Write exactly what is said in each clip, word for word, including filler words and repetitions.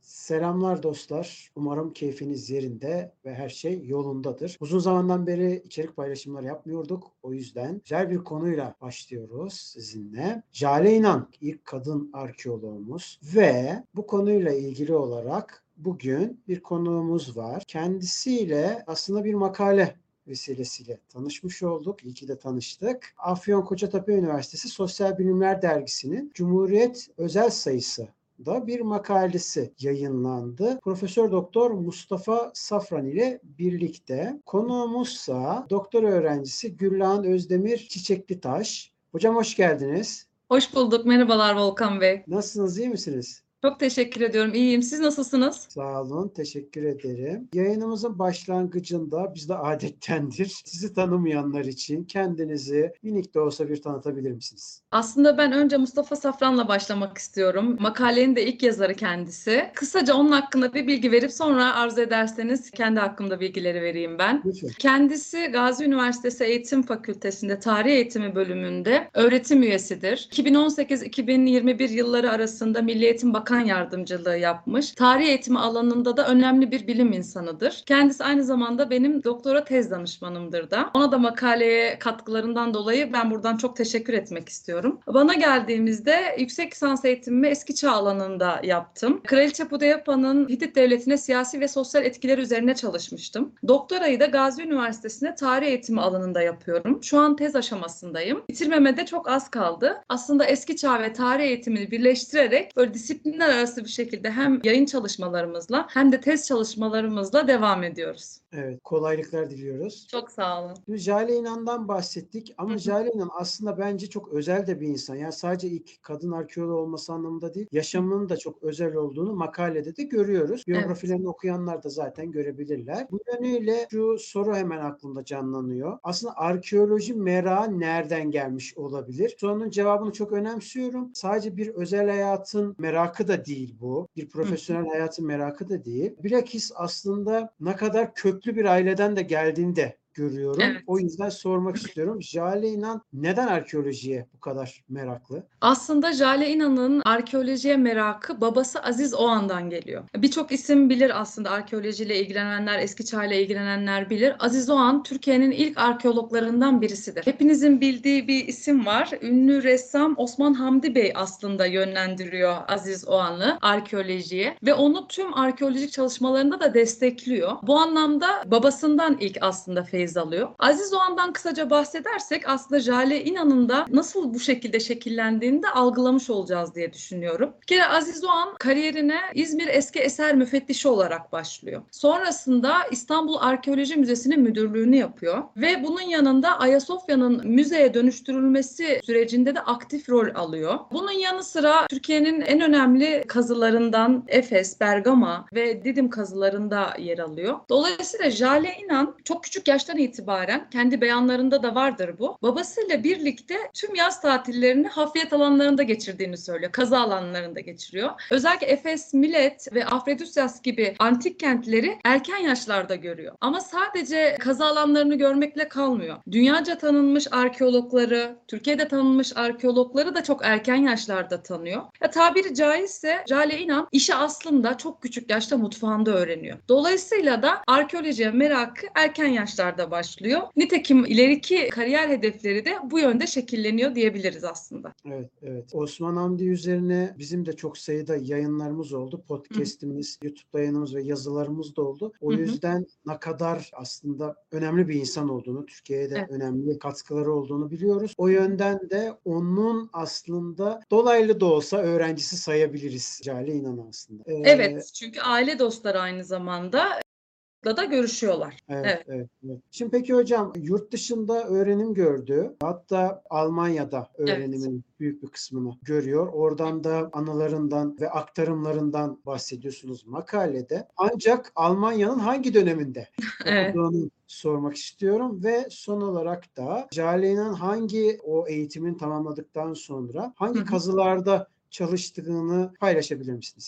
Selamlar dostlar. Umarım keyfiniz yerinde ve her şey yolundadır. Uzun zamandan beri içerik paylaşımları yapmıyorduk. O yüzden güzel bir konuyla başlıyoruz sizinle. Jale İnan, ilk kadın arkeoloğumuz ve bu konuyla ilgili olarak bugün bir konuğumuz var. Kendisiyle aslında bir makale vesilesiyle tanışmış olduk. İyi ki de tanıştık. Afyon Kocatepe Üniversitesi Sosyal Bilimler Dergisi'nin Cumhuriyet özel sayısı da bir makalesi yayınlandı. Profesör Doktor Mustafa Safran ile birlikte. Konuğumuzsa doktor öğrencisi Güllağan Özdemir Çiçeklitaş. Hocam hoş geldiniz. Hoş bulduk. Merhabalar Volkan Bey. Nasılsınız, iyi misiniz? Çok teşekkür ediyorum. İyiyim. Siz nasılsınız? Sağ olun, teşekkür ederim. Yayınımızın başlangıcında bizde adettendir. Sizi tanımayanlar için kendinizi minik de olsa bir tanıtabilir misiniz? Aslında ben önce Mustafa Safran'la başlamak istiyorum. Makalenin de ilk yazarı kendisi. Kısaca onun hakkında bir bilgi verip sonra arzu ederseniz kendi hakkımda bilgileri vereyim ben. Lütfen. Kendisi Gazi Üniversitesi Eğitim Fakültesi'nde Tarih Eğitimi bölümünde öğretim üyesidir. iki bin on sekiz iki bin yirmi bir yılları arasında Milli Eğitim Bakan Yardımcılığı yapmış. Tarih eğitimi alanında da önemli bir bilim insanıdır. Kendisi aynı zamanda benim doktora tez danışmanımdır da. Ona da makaleye katkılarından dolayı ben buradan çok teşekkür etmek istiyorum. Bana geldiğimizde yüksek lisans eğitimimi Eski Çağ alanında yaptım. Kraliçe Pudeyapa'nın Hitit Devleti'ne siyasi ve sosyal etkileri üzerine çalışmıştım. Doktorayı da Gazi Üniversitesi'nde tarih eğitimi alanında yapıyorum. Şu an tez aşamasındayım. Bitirmeme de çok az kaldı. Aslında Eski Çağ ve tarih eğitimini birleştirerek böyle disiplinler arası bir şekilde hem yayın çalışmalarımızla hem de tez çalışmalarımızla devam ediyoruz. Evet, kolaylıklar diliyoruz. Çok sağ olun. Şimdi Jale İnan'dan bahsettik Hı ama hı. Jale İnan aslında bence çok özel de bir insan. Yani sadece ilk kadın arkeolog olması anlamında değil, yaşamının da çok özel olduğunu makalede de görüyoruz. Evet. Biyografilerini okuyanlar da zaten görebilirler. Bu yönüyle şu soru hemen aklımda canlanıyor. Aslında arkeoloji merakı nereden gelmiş olabilir? Sorunun cevabını çok önemsiyorum. Sadece bir özel hayatın merakı da değil bu. Bir Hı. profesyonel hayatın merakı da değil. Bilakis aslında ne kadar köklü bir aileden de geldiğini de görüyorum. O Evet. yüzden sormak istiyorum. Jale İnan neden arkeolojiye bu kadar meraklı? Aslında Jale İnan'ın arkeolojiye merakı babası Aziz Oğan'dan geliyor. Birçok isim bilir aslında arkeolojiyle ilgilenenler, eski çağla ilgilenenler bilir. Aziz Oğan Türkiye'nin ilk arkeologlarından birisidir. Hepinizin bildiği bir isim var. Ünlü ressam Osman Hamdi Bey aslında yönlendiriyor Aziz Oğan'ı arkeolojiye ve onu tüm arkeolojik çalışmalarında da destekliyor. Bu anlamda babasından ilk aslında feyiz alıyor. Aziz Oğan'dan kısaca bahsedersek aslında Jale İnan'ın da nasıl bu şekilde şekillendiğini de algılamış olacağız diye düşünüyorum. Bir kere Aziz Doğan kariyerine İzmir Eski Eser Müfettişi olarak başlıyor. Sonrasında İstanbul Arkeoloji Müzesi'nin müdürlüğünü yapıyor ve bunun yanında Ayasofya'nın müzeye dönüştürülmesi sürecinde de aktif rol alıyor. Bunun yanı sıra Türkiye'nin en önemli kazılarından Efes, Bergama ve Didim kazılarında yer alıyor. Dolayısıyla Jale İnan çok küçük yaştan itibaren kendi beyanlarında da vardır bu. Babasıyla birlikte tüm yaz tatillerini hafriyat alanlarında geçirdiğini söylüyor. Kazı alanlarında geçiriyor. Özellikle Efes, Milet ve Afrodisyas gibi antik kentleri erken yaşlarda görüyor. Ama sadece kazı alanlarını görmekle kalmıyor. Dünyaca tanınmış arkeologları, Türkiye'de tanınmış arkeologları da çok erken yaşlarda tanıyor. Ya, tabiri caizse Jale İnan işi aslında çok küçük yaşta mutfağında öğreniyor. Dolayısıyla da arkeolojiye merakı erken yaşlarda başlıyor. Nitekim ileriki kariyer hedefleri de bu yönde şekilleniyor diyebiliriz aslında. Evet, evet. Osman Hamdi üzerine bizim de çok sayıda yayınlarımız oldu. Hı Podcast'imiz, YouTube yayınımız ve yazılarımız da oldu. O hı. Hı. yüzden ne kadar aslında önemli bir insan olduğunu, Türkiye'ye de Evet. önemli katkıları olduğunu biliyoruz. O Hı hı. yönden de onun aslında dolaylı da olsa öğrencisi sayabiliriz Jale İnan'ı aslında. Ee, Evet, çünkü aile dostları aynı zamanda da da görüşüyorlar. Evet, Evet. evet, evet. Şimdi peki hocam yurt dışında öğrenim gördü. Hatta Almanya'da Evet. öğrenimin büyük bir kısmını görüyor. Oradan da anılarından ve aktarımlarından bahsediyorsunuz makalede. Ancak Almanya'nın hangi döneminde Evet. okuduğunu sormak istiyorum ve son olarak da Jale'nin hangi o eğitimin tamamladıktan sonra Hı hangi hı. kazılarda çalıştığını paylaşabilir misiniz?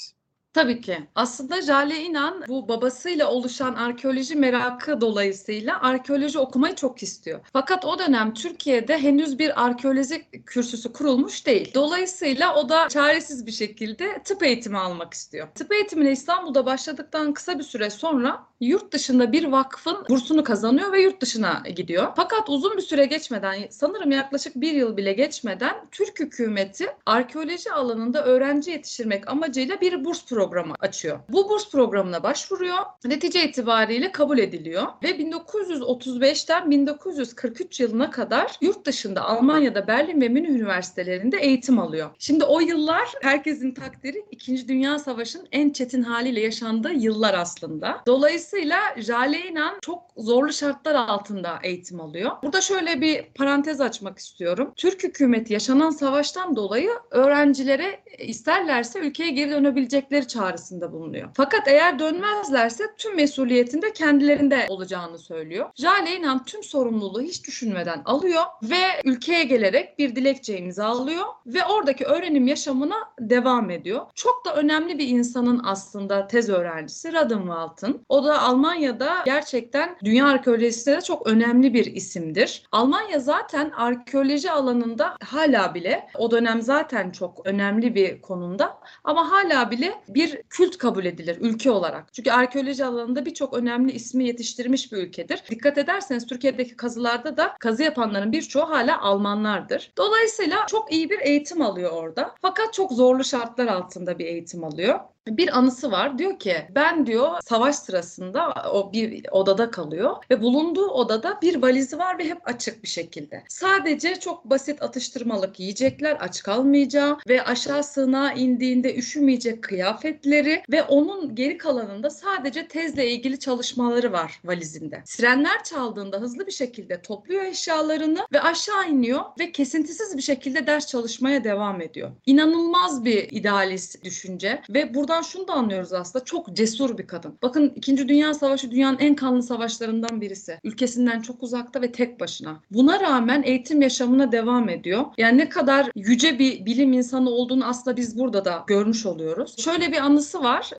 Tabii ki. Aslında Jale İnan bu babasıyla oluşan arkeoloji merakı dolayısıyla arkeoloji okumayı çok istiyor. Fakat o dönem Türkiye'de henüz bir arkeoloji kürsüsü kurulmuş değil. Dolayısıyla o da çaresiz bir şekilde tıp eğitimi almak istiyor. Tıp eğitimine İstanbul'da başladıktan kısa bir süre sonra yurt dışında bir vakfın bursunu kazanıyor ve yurt dışına gidiyor. Fakat uzun bir süre geçmeden, sanırım yaklaşık bir yıl bile geçmeden Türk hükümeti arkeoloji alanında öğrenci yetiştirmek amacıyla bir burs programı açıyor. Bu burs programına başvuruyor. Netice itibariyle kabul ediliyor ve bin dokuz yüz otuz beşten bin dokuz yüz kırk üç yılına kadar yurt dışında Almanya'da Berlin ve Münih üniversitelerinde eğitim alıyor. Şimdi o yıllar herkesin takdiri İkinci Dünya Savaşı'nın en çetin haliyle yaşandığı yıllar aslında. Dolayısıyla Jale İnan çok zorlu şartlar altında eğitim alıyor. Burada şöyle bir parantez açmak istiyorum. Türk hükümeti yaşanan savaştan dolayı öğrencilere isterlerse ülkeye geri dönebilecekleri çağrısında bulunuyor. Fakat eğer dönmezlerse tüm mesuliyetinde kendilerinde olacağını söylüyor. Jale İnan tüm sorumluluğu hiç düşünmeden alıyor ve ülkeye gelerek bir dilekçe imzalıyor ve oradaki öğrenim yaşamına devam ediyor. Çok da önemli bir insanın aslında tez öğrencisi Radenwald'ın. O da Almanya'da gerçekten dünya arkeolojisinde de çok önemli bir isimdir. Almanya zaten arkeoloji alanında hala bile, o dönem zaten çok önemli bir konumda ama hala bile bir kült kabul edilir ülke olarak. Çünkü arkeoloji alanında birçok önemli ismi yetiştirmiş bir ülkedir. Dikkat ederseniz Türkiye'deki kazılarda da kazı yapanların birçoğu hala Almanlardır. Dolayısıyla çok iyi bir eğitim alıyor orada. Fakat çok zorlu şartlar altında bir eğitim alıyor. Bir anısı var. Diyor ki ben diyor savaş sırasında o bir odada kalıyor ve bulunduğu odada bir valizi var ve hep açık bir şekilde. Sadece çok basit atıştırmalık yiyecekler, aç kalmayacağı ve aşağı sığınağa indiğinde üşümeyecek kıyafetleri ve onun geri kalanında sadece tezle ilgili çalışmaları var valizinde. Sirenler çaldığında hızlı bir şekilde topluyor eşyalarını ve aşağı iniyor ve kesintisiz bir şekilde ders çalışmaya devam ediyor. İnanılmaz bir idealist düşünce ve buradan şunu da anlıyoruz aslında, çok cesur bir kadın. Bakın İkinci Dünya Savaşı dünyanın en kanlı savaşlarından birisi. Ülkesinden çok uzakta ve tek başına. Buna rağmen eğitim yaşamına devam ediyor. Yani ne kadar yüce bir bilim insanı olduğunu aslında biz burada da görmüş oluyoruz. Şöyle bir anısı var.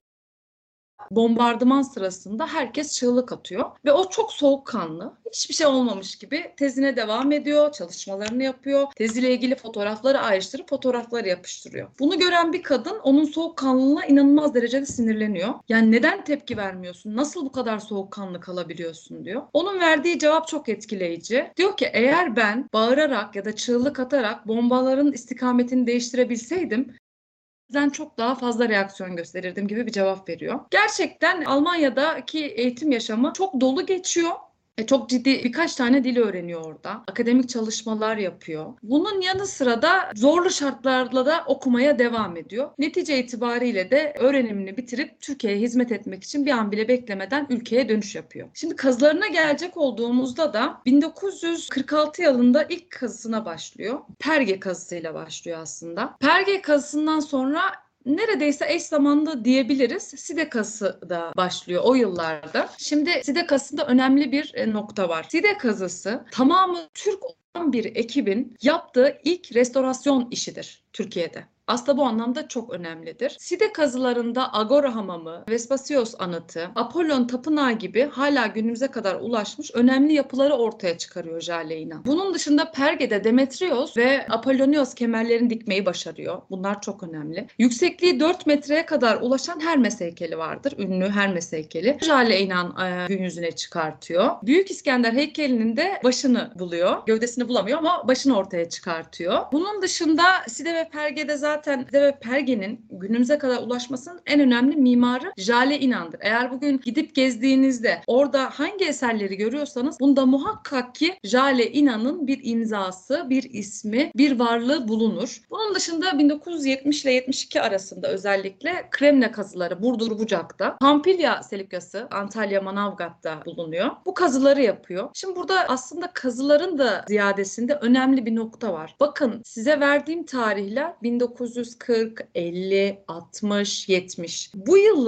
Bombardıman sırasında herkes çığlık atıyor ve o çok soğukkanlı, hiçbir şey olmamış gibi tezine devam ediyor, çalışmalarını yapıyor, teziyle ilgili fotoğrafları ayrıştırıp fotoğrafları yapıştırıyor. Bunu gören bir kadın onun soğukkanlılığına inanılmaz derecede sinirleniyor. Yani neden tepki vermiyorsun, nasıl bu kadar soğukkanlı kalabiliyorsun diyor. Onun verdiği cevap çok etkileyici. Diyor ki eğer ben bağırarak ya da çığlık atarak bombaların istikametini değiştirebilseydim den çok daha fazla reaksiyon gösterirdim gibi bir cevap veriyor. Gerçekten Almanya'daki eğitim yaşamı çok dolu geçiyor. E, çok ciddi birkaç tane dil öğreniyor orada. Akademik çalışmalar yapıyor. Bunun yanı sıra da zorlu şartlarla da okumaya devam ediyor. Netice itibariyle de öğrenimini bitirip Türkiye'ye hizmet etmek için bir an bile beklemeden ülkeye dönüş yapıyor. Şimdi kazılarına gelecek olduğumuzda da bin dokuz yüz kırk altı yılında ilk kazısına başlıyor. Perge kazısıyla başlıyor aslında. Perge kazısından sonra neredeyse eş zamanlı diyebiliriz. Side kazısı da başlıyor o yıllarda. Şimdi Side kazısında önemli bir nokta var. Side kazısı tamamı Türk olan bir ekibin yaptığı ilk restorasyon işidir Türkiye'de. Aslında bu anlamda çok önemlidir. Side kazılarında Agora Hamamı, Vespasios Anıtı, Apollon Tapınağı gibi hala günümüze kadar ulaşmış önemli yapıları ortaya çıkarıyor Jale İnan. Bunun dışında Perge'de Demetrios ve Apollonios kemerlerini dikmeyi başarıyor. Bunlar çok önemli. Yüksekliği dört metreye kadar ulaşan Hermes heykeli vardır. Ünlü Hermes heykeli. Jale İnan e, gün yüzüne çıkartıyor. Büyük İskender heykelinin de başını buluyor. Gövdesini bulamıyor ama başını ortaya çıkartıyor. Bunun dışında Side ve Perge'de zaten Zaten Side ve Perge'nin günümüze kadar ulaşmasının en önemli mimarı Jale İnan'dır. Eğer bugün gidip gezdiğinizde orada hangi eserleri görüyorsanız bunda muhakkak ki Jale İnan'ın bir imzası, bir ismi, bir varlığı bulunur. Bunun dışında bin dokuz yüz yetmiş ile yetmiş iki arasında özellikle Kremne kazıları Burdur Bucak'ta, Pampilya Selikyası Antalya Manavgat'ta bulunuyor. Bu kazıları yapıyor. Şimdi burada aslında kazıların da ziyadesinde önemli bir nokta var. Bakın size verdiğim tarihler bin dokuz yüz kırk, elli, altmış, yetmiş. Bu yıllar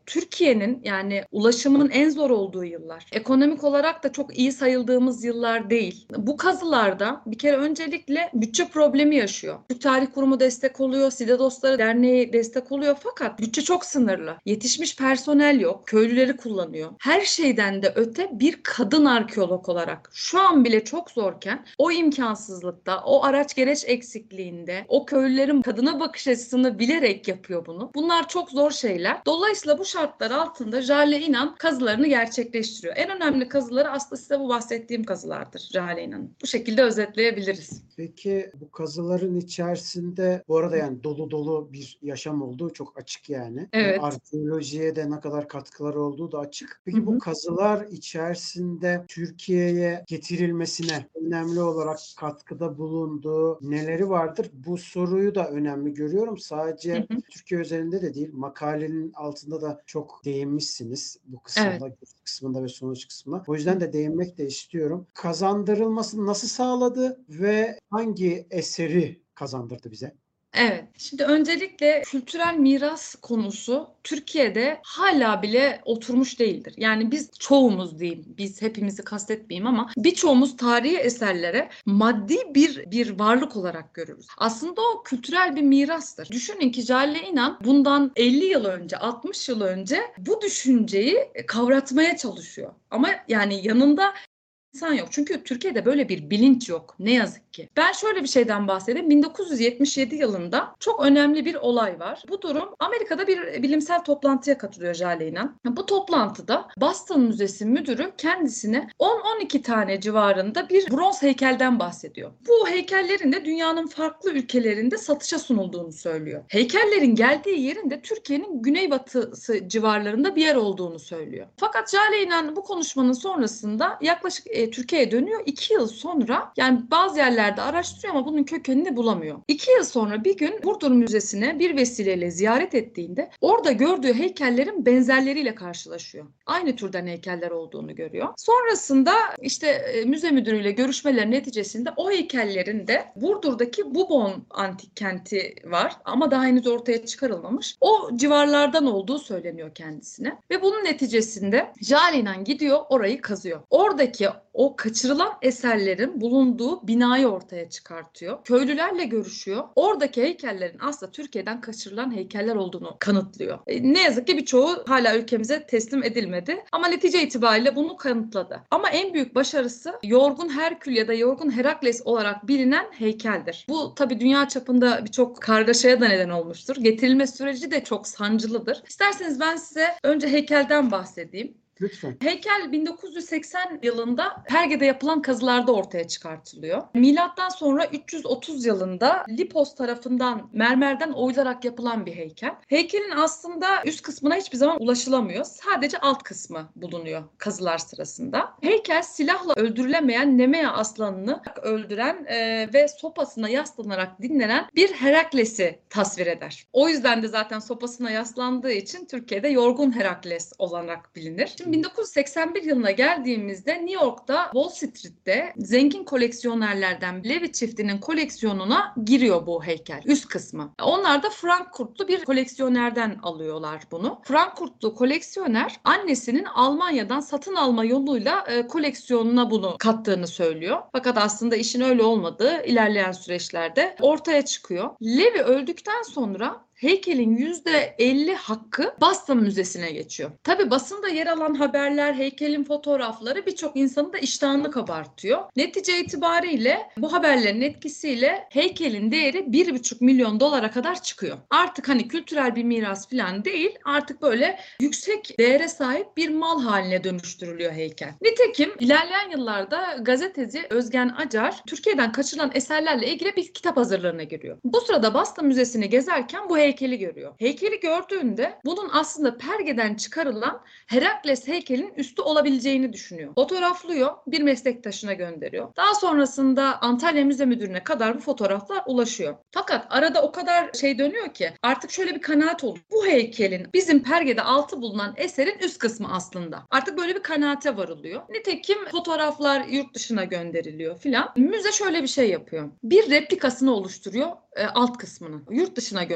Türkiye'nin yani ulaşımın en zor olduğu yıllar. Ekonomik olarak da çok iyi sayıldığımız yıllar değil. Bu kazılarda bir kere öncelikle bütçe problemi yaşıyor. Türk Tarih Kurumu destek oluyor, Side Dostları Derneği destek oluyor fakat bütçe çok sınırlı. Yetişmiş personel yok, köylüleri kullanıyor. Her şeyden de öte bir kadın arkeolog olarak şu an bile çok zorken o imkansızlıkta, o araç gereç eksikliğinde, o köylülerin kadına bakış açısını bilerek yapıyor bunu. Bunlar çok zor şeyler. Dolayısıyla bu şartlar altında Jale İnan kazılarını gerçekleştiriyor. En önemli kazıları aslında size bu bahsettiğim kazılardır Jale İnan'ın. Bu şekilde özetleyebiliriz. Peki bu kazıların içerisinde bu arada yani dolu dolu bir yaşam olduğu çok açık yani. E, Evet. arkeolojiye de ne kadar katkıları olduğu da açık. Peki Hı bu hı. kazılar içerisinde Türkiye'ye getirilmesine önemli olarak katkıda bulunduğu neleri vardır? Bu soruyu da önemli görüyorum. Sadece Hı hı. Türkiye özelinde de değil, makalenin altında da çok değinmişsiniz bu Evet. kısımda, giriş kısmında ve sonuç kısmında. O yüzden de değinmek de istiyorum. Kazandırılmasını nasıl sağladı ve hangi eseri kazandırdı bize? Evet. Şimdi öncelikle kültürel miras konusu Türkiye'de hala bile oturmuş değildir. Yani biz çoğumuz diyeyim, biz hepimizi kastetmeyeyim ama birçoğumuz tarihi eserlere maddi bir bir varlık olarak görürüz. Aslında o kültürel bir mirastır. Düşünün ki Jale İnan bundan elli yıl önce, altmış yıl önce bu düşünceyi kavratmaya çalışıyor. Ama yani yanında İnsan yok. Çünkü Türkiye'de böyle bir bilinç yok. Ne yazık ki. Ben şöyle bir şeyden bahsedeyim. bin dokuz yüz yetmiş yedi yılında çok önemli bir olay var. Bu durum Amerika'da bir bilimsel toplantıya katılıyor Jale İnan. Bu toplantıda Boston Müzesi müdürü kendisine on on iki tane civarında bir bronz heykelden bahsediyor. Bu heykellerin de dünyanın farklı ülkelerinde satışa sunulduğunu söylüyor. Heykellerin geldiği yerin de Türkiye'nin güneybatısı civarlarında bir yer olduğunu söylüyor. Fakat Jale İnan bu konuşmanın sonrasında yaklaşık e, Türkiye'ye dönüyor. İki yıl sonra yani bazı yerlerde araştırıyor ama bunun kökenini bulamıyor. İki yıl sonra bir gün Burdur Müzesi'ne bir vesileyle ziyaret ettiğinde orada gördüğü heykellerin benzerleriyle karşılaşıyor. Aynı türden heykeller olduğunu görüyor. Sonrasında işte e, müze müdürüyle görüşmeler neticesinde o heykellerin de Burdur'daki Bubon antik kenti var ama daha henüz ortaya çıkarılmamış. O civarlardan olduğu söyleniyor kendisine ve bunun neticesinde Jale İnan gidiyor orayı kazıyor. Oradaki o kaçırılan eserlerin bulunduğu binayı ortaya çıkartıyor. Köylülerle görüşüyor. Oradaki heykellerin aslında Türkiye'den kaçırılan heykeller olduğunu kanıtlıyor. E, ne yazık ki birçoğu hala ülkemize teslim edilmedi. Ama netice itibariyle bunu kanıtladı. Ama en büyük başarısı Yorgun Herkül ya da Yorgun Herakles olarak bilinen heykeldir. Bu tabii dünya çapında birçok kargaşaya da neden olmuştur. Getirilme süreci de çok sancılıdır. İsterseniz ben size önce heykelden bahsedeyim. Lütfen. Heykel bin dokuz yüz seksen yılında Perge'de yapılan kazılarda ortaya çıkartılıyor. Milattan sonra üç yüz otuz yılında Lipos tarafından mermerden oyularak yapılan bir heykel. Heykelin aslında üst kısmına hiçbir zaman ulaşılamıyor. Sadece alt kısmı bulunuyor kazılar sırasında. Heykel silahla öldürülemeyen Nemea aslanını öldüren e, ve sopasına yaslanarak dinlenen bir Herakles'i tasvir eder. O yüzden de zaten sopasına yaslandığı için Türkiye'de Yorgun Herakles olarak bilinir. Şimdi bin dokuz yüz seksen bir yılına geldiğimizde New York'ta Wall Street'te zengin koleksiyonerlerden Levi çiftinin koleksiyonuna giriyor bu heykel. Üst kısmı. Onlar da Frankfurtlu bir koleksiyonerden alıyorlar bunu. Frankfurtlu koleksiyoner annesinin Almanya'dan satın alma yoluyla e, koleksiyonuna bunu kattığını söylüyor. Fakat aslında işin öyle olmadığı ilerleyen süreçlerde ortaya çıkıyor. Levi öldükten sonra heykelin yüzde elli hakkı Boston Müzesi'ne geçiyor. Tabii basında yer alan haberler, heykelin fotoğrafları birçok insanın da iştahını kabartıyor. Netice itibariyle bu haberlerin etkisiyle heykelin değeri bir buçuk milyon dolara kadar çıkıyor. Artık hani kültürel bir miras falan değil, artık böyle yüksek değere sahip bir mal haline dönüştürülüyor heykel. Nitekim ilerleyen yıllarda gazeteci Özgen Acar Türkiye'den kaçırılan eserlerle ilgili bir kitap hazırlığına giriyor. Bu sırada Boston Müzesi'ni gezerken bu heykeli görüyor. Heykeli gördüğünde bunun aslında Perge'den çıkarılan Herakles heykelin üstü olabileceğini düşünüyor. Fotoğraflıyor, bir meslektaşına gönderiyor. Daha sonrasında Antalya Müze Müdürü'ne kadar bu fotoğraflar ulaşıyor. Fakat arada o kadar şey dönüyor ki artık şöyle bir kanaat oldu. Bu heykelin bizim Perge'de altı bulunan eserin üst kısmı aslında. Artık böyle bir kanaate varılıyor. Nitekim fotoğraflar yurt dışına gönderiliyor filan. Müze şöyle bir şey yapıyor. Bir replikasını oluşturuyor e, alt kısmını. Yurt dışına gönderiyor.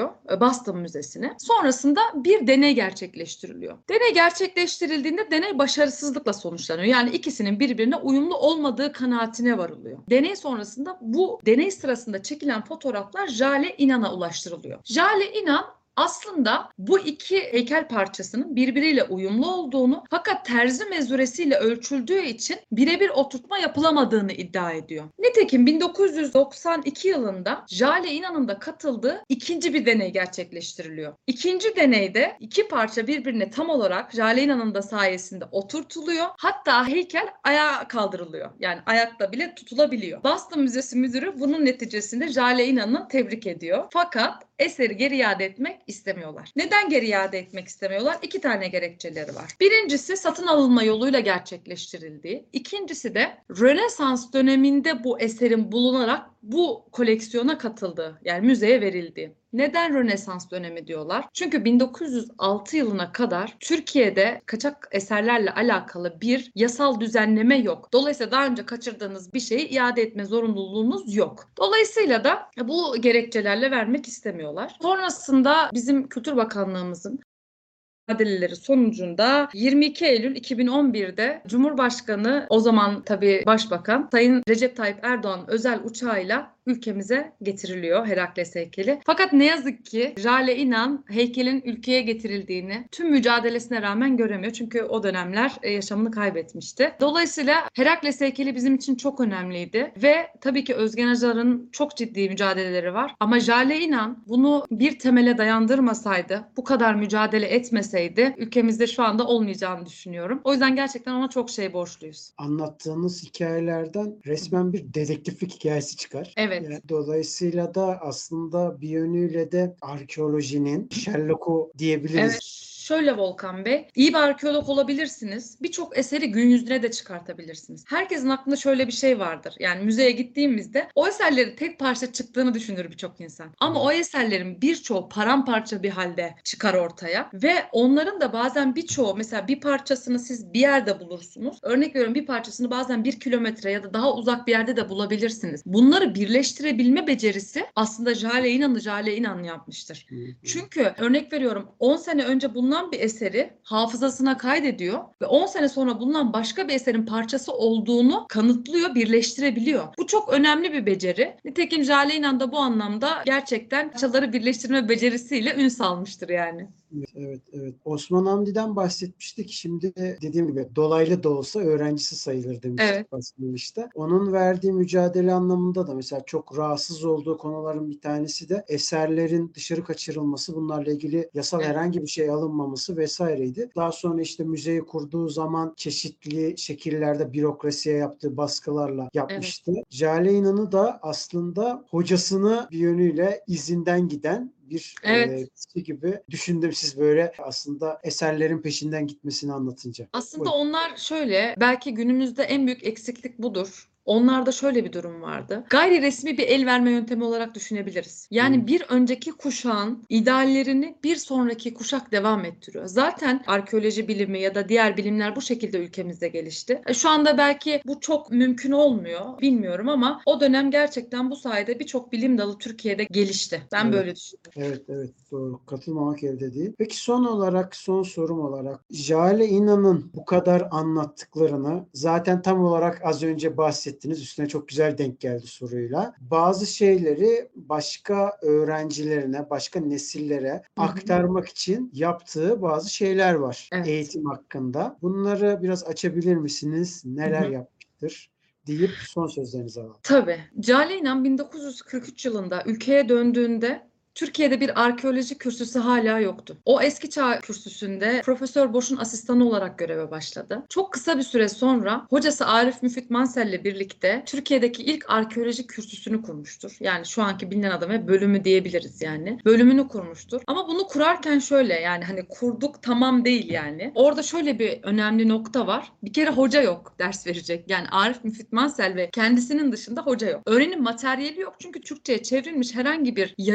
götürülüyor e, Boston Müzesi'ne. Sonrasında bir deney gerçekleştiriliyor. Deney gerçekleştirildiğinde deney başarısızlıkla sonuçlanıyor. Yani ikisinin birbirine uyumlu olmadığı kanaatine varılıyor. Deney sonrasında bu deney sırasında çekilen fotoğraflar Jale İnan'a ulaştırılıyor. Jale İnan aslında bu iki heykel parçasının birbiriyle uyumlu olduğunu fakat terzi mezuresiyle ölçüldüğü için birebir oturtma yapılamadığını iddia ediyor. Nitekim bin dokuz yüz doksan iki yılında Jale İnan'ın da katıldığı ikinci bir deney gerçekleştiriliyor. İkinci deneyde iki parça birbirine tam olarak Jale İnan'ın da sayesinde oturtuluyor. Hatta heykel ayağa kaldırılıyor. Yani ayakta bile tutulabiliyor. Boston Müzesi müdürü bunun neticesinde Jale İnan'ı tebrik ediyor. Fakat eseri geri iade etmek istemiyorlar. Neden geri iade etmek istemiyorlar? İki tane gerekçeleri var. Birincisi satın alınma yoluyla gerçekleştirildiği. İkincisi de Rönesans döneminde bu eserin bulunarak bu koleksiyona katıldığı, yani müzeye verildiği. Neden Rönesans dönemi diyorlar? Çünkü bin dokuz yüz altı yılına kadar Türkiye'de kaçak eserlerle alakalı bir yasal düzenleme yok. Dolayısıyla daha önce kaçırdığınız bir şeyi iade etme zorunluluğunuz yok. Dolayısıyla da bu gerekçelerle vermek istemiyorlar. Sonrasında bizim Kültür Bakanlığımızın mücadeleleri sonucunda yirmi iki Eylül iki bin on birde Cumhurbaşkanı, o zaman tabii Başbakan Sayın Recep Tayyip Erdoğan özel uçağıyla ülkemize getiriliyor Herakles heykeli. Fakat ne yazık ki Jale İnan heykelin ülkeye getirildiğini tüm mücadelesine rağmen göremiyor. Çünkü o dönemler yaşamını kaybetmişti. Dolayısıyla Herakles heykeli bizim için çok önemliydi ve tabii ki Özgen Acar'ın çok ciddi mücadeleleri var. Ama Jale İnan bunu bir temele dayandırmasaydı, bu kadar mücadele etmeseydi ülkemizde şu anda olmayacağını düşünüyorum. O yüzden gerçekten ona çok şey borçluyuz. Anlattığınız hikayelerden resmen bir dedektiflik hikayesi çıkar. Evet. Yani dolayısıyla da aslında bir yönüyle de arkeolojinin Sherlock'u diyebiliriz. Evet. Şöyle Volkan Bey, iyi bir arkeolog olabilirsiniz. Birçok eseri gün yüzüne de çıkartabilirsiniz. Herkesin aklında şöyle bir şey vardır. Yani müzeye gittiğimizde o eserlerin tek parça çıktığını düşünür birçok insan. Ama o eserlerin birçoğu paramparça bir halde çıkar ortaya ve onların da bazen birçoğu, mesela bir parçasını siz bir yerde bulursunuz. Örnek veriyorum, bir parçasını bazen bir kilometre ya da daha uzak bir yerde de bulabilirsiniz. Bunları birleştirebilme becerisi aslında Jale İnan'ı Jale İnan yapmıştır. Çünkü örnek veriyorum, on sene önce bulunan bir eseri hafızasına kaydediyor ve on sene sonra bulunan başka bir eserin parçası olduğunu kanıtlıyor, birleştirebiliyor. Bu çok önemli bir beceri. Nitekim Jale İnan da bu anlamda gerçekten parçaları birleştirme becerisiyle ün salmıştır yani. Evet, evet, evet. Osman Hamdi'den bahsetmiştik. Şimdi de dediğim gibi dolaylı da olsa öğrencisi sayılır demiştik Evet. başlangıçta. Onun verdiği mücadele anlamında da mesela çok rahatsız olduğu konuların bir tanesi de eserlerin dışarı kaçırılması, bunlarla ilgili yasal Evet. herhangi bir şey alınmaması vesaireydi. Daha sonra işte müzeyi kurduğu zaman çeşitli şekillerde bürokrasiye yaptığı baskılarla yapmıştı. Evet. Jale İnan'ı da aslında hocasını bir yönüyle izinden giden bir Evet. e, kişi gibi düşündüm, siz böyle aslında eserlerin peşinden gitmesini anlatınca. Aslında Buyurun. onlar şöyle, belki günümüzde en büyük eksiklik budur. Onlarda şöyle bir durum vardı. Gayri resmi bir el verme yöntemi olarak düşünebiliriz. Yani Hmm. bir önceki kuşağın ideallerini bir sonraki kuşak devam ettiriyor. Zaten arkeoloji bilimi ya da diğer bilimler bu şekilde ülkemizde gelişti. E, Şu anda belki bu çok mümkün olmuyor, bilmiyorum, ama o dönem gerçekten bu sayede birçok bilim dalı Türkiye'de gelişti. Ben Evet. böyle düşünüyorum. Evet, evet, doğru. Katılmamak elde değil. Peki son olarak, son sorum olarak Jale İnan'ın bu kadar anlattıklarını zaten tam olarak az önce bahsettiniz. Üstüne çok güzel denk geldi soruyla. Bazı şeyleri başka öğrencilerine, başka nesillere Hı hı. aktarmak için yaptığı bazı şeyler var Evet. eğitim hakkında. Bunları biraz açabilir misiniz? Hı Neler hı. yapmıştır deyip son sözlerinizi alalım. Tabii. Jale İnan bin dokuz yüz kırk üç yılında ülkeye döndüğünde Türkiye'de bir arkeoloji kürsüsü hala yoktu. O eski çağ kürsüsünde Profesör Boş'un asistanı olarak göreve başladı. Çok kısa bir süre sonra hocası Arif Müfit Mansel'le birlikte Türkiye'deki ilk arkeoloji kürsüsünü kurmuştur. Yani şu anki bilinen adına bölümü diyebiliriz yani. Bölümünü kurmuştur. Ama bunu kurarken şöyle, yani hani kurduk tamam değil yani. Orada şöyle bir önemli nokta var. Bir kere hoca yok ders verecek. Yani Arif Müfit Mansel ve kendisinin dışında hoca yok. Öğrenim materyali yok çünkü Türkçe'ye çevrilmiş herhangi bir yayın yok.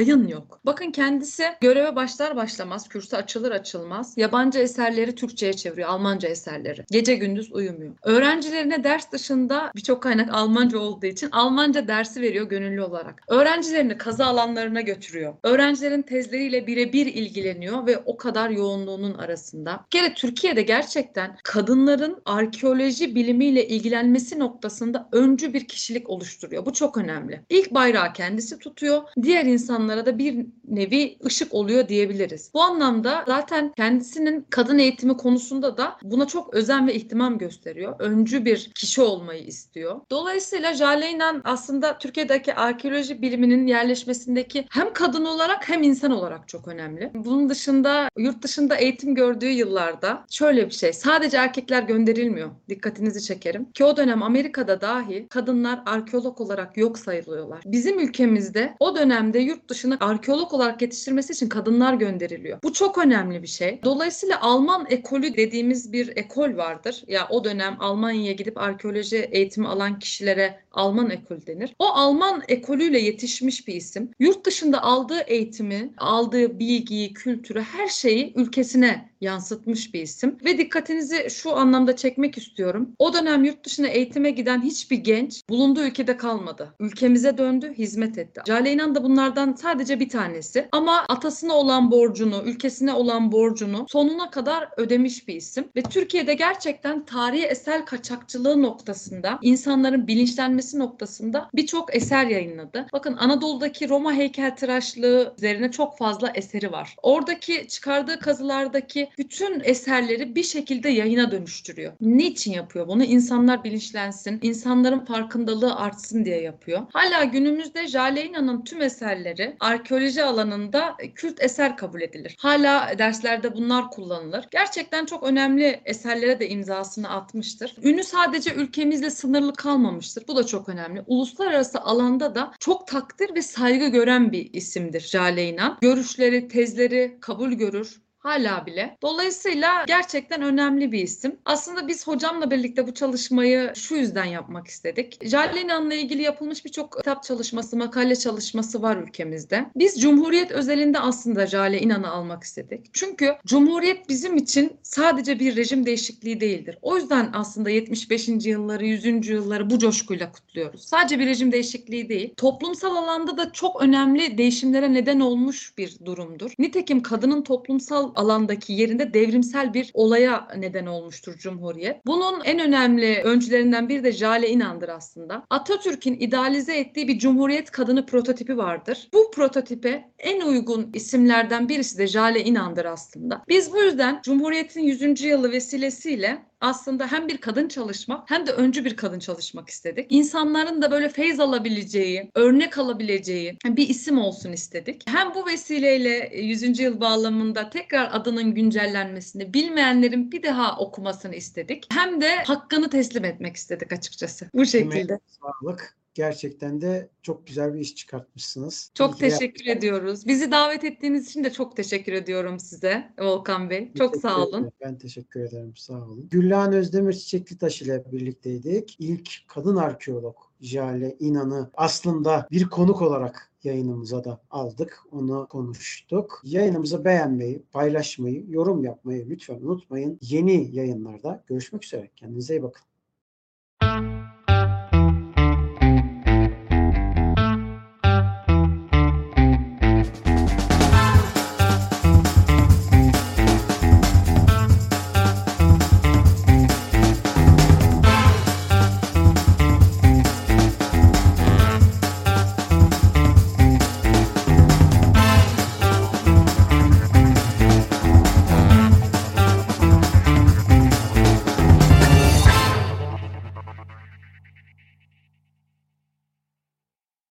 yok. Bakın kendisi göreve başlar başlamaz, kürsü açılır açılmaz yabancı eserleri Türkçe'ye çeviriyor, Almanca eserleri. Gece gündüz uyumuyor. Öğrencilerine ders dışında birçok kaynak Almanca olduğu için Almanca dersi veriyor gönüllü olarak. Öğrencilerini kazı alanlarına götürüyor. Öğrencilerin tezleriyle birebir ilgileniyor ve o kadar yoğunluğunun arasında. Bir kere Türkiye'de gerçekten kadınların arkeoloji bilimiyle ilgilenmesi noktasında öncü bir kişilik oluşturuyor. Bu çok önemli. İlk bayrağı kendisi tutuyor. Diğer insanlara da bir nevi ışık oluyor diyebiliriz. Bu anlamda zaten kendisinin kadın eğitimi konusunda da buna çok özen ve ihtimam gösteriyor. Öncü bir kişi olmayı istiyor. Dolayısıyla Jale İnan aslında Türkiye'deki arkeoloji biliminin yerleşmesindeki hem kadın olarak hem insan olarak çok önemli. Bunun dışında yurt dışında eğitim gördüğü yıllarda şöyle bir şey. Sadece erkekler gönderilmiyor. Dikkatinizi çekerim. Ki o dönem Amerika'da dahi kadınlar arkeolog olarak yok sayılıyorlar. Bizim ülkemizde o dönemde yurt dışına arkeolog olarak yetiştirmesi için kadınlar gönderiliyor. Bu çok önemli bir şey. Dolayısıyla Alman ekolü dediğimiz bir ekol vardır. Ya o dönem Almanya'ya gidip arkeoloji eğitimi alan kişilere Alman ekolü denir. O Alman ekolüyle yetişmiş bir isim. Yurt dışında aldığı eğitimi, aldığı bilgiyi, kültürü, her şeyi ülkesine yansıtmış bir isim. Ve dikkatinizi şu anlamda çekmek istiyorum. O dönem yurt dışına eğitime giden hiçbir genç bulunduğu ülkede kalmadı. Ülkemize döndü, hizmet etti. Jale İnan da bunlardan sadece bir tanesi. Ama atasına olan borcunu, ülkesine olan borcunu sonuna kadar ödemiş bir isim. Ve Türkiye'de gerçekten tarihi eser kaçakçılığı noktasında, insanların bilinçlenmesi noktasında birçok eser yayınladı. Bakın Anadolu'daki Roma heykeltıraşlığı üzerine çok fazla eseri var. Oradaki çıkardığı kazılardaki bütün eserleri bir şekilde yayına dönüştürüyor. Niçin yapıyor bunu? İnsanlar bilinçlensin, insanların farkındalığı artsın diye yapıyor. Hala günümüzde Jale İnan'ın tüm eserleri arkeoloji alanında kült eser kabul edilir. Hala derslerde bunlar kullanılır. Gerçekten çok önemli eserlere de imzasını atmıştır. Ünü sadece ülkemizle sınırlı kalmamıştır. Bu da çok önemli. Uluslararası alanda da çok takdir ve saygı gören bir isimdir Jale İnan. Görüşleri, tezleri kabul görür. Hala bile. Dolayısıyla gerçekten önemli bir isim. Aslında biz hocamla birlikte bu çalışmayı şu yüzden yapmak istedik. Jale İnan'la ilgili yapılmış birçok kitap çalışması, makale çalışması var ülkemizde. Biz Cumhuriyet özelinde aslında Jale İnan'ı almak istedik. Çünkü Cumhuriyet bizim için sadece bir rejim değişikliği değildir. O yüzden aslında yetmiş beşinci yılları, yüzüncü yılları bu coşkuyla kutluyoruz. Sadece bir rejim değişikliği değil, toplumsal alanda da çok önemli değişimlere neden olmuş bir durumdur. Nitekim kadının toplumsal alandaki yerinde devrimsel bir olaya neden olmuştur Cumhuriyet. Bunun en önemli öncülerinden biri de Jale İnan'dır aslında. Atatürk'ün idealize ettiği bir Cumhuriyet kadını prototipi vardır. Bu prototipe en uygun isimlerden birisi de Jale İnan'dır aslında. Biz bu yüzden Cumhuriyet'in yüzüncü yılı vesilesiyle aslında hem bir kadın çalışmak hem de öncü bir kadın çalışmak istedik. İnsanların da böyle feyz alabileceği, örnek alabileceği bir isim olsun istedik. Hem bu vesileyle yüzüncü yıl bağlamında tekrar adının güncellenmesini, bilmeyenlerin bir daha okumasını istedik. Hem de hakkını teslim etmek istedik açıkçası. Bu şekilde. Emeğine sağlık. Gerçekten de çok güzel bir iş çıkartmışsınız. Çok İyi ki de teşekkür ediyoruz. Bizi davet ettiğiniz için de çok teşekkür ediyorum size Volkan Bey. Çok Teşekkür sağ olun. ederim. Ben teşekkür ederim. Sağ olun. Güllağan Özdemir Çiçeklitaş ile birlikteydik. İlk kadın arkeolog Jale İnan'ı aslında bir konuk olarak yayınımıza da aldık. Onu konuştuk. Yayınımızı beğenmeyi, paylaşmayı, yorum yapmayı lütfen unutmayın. Yeni yayınlarda görüşmek üzere. Kendinize iyi bakın.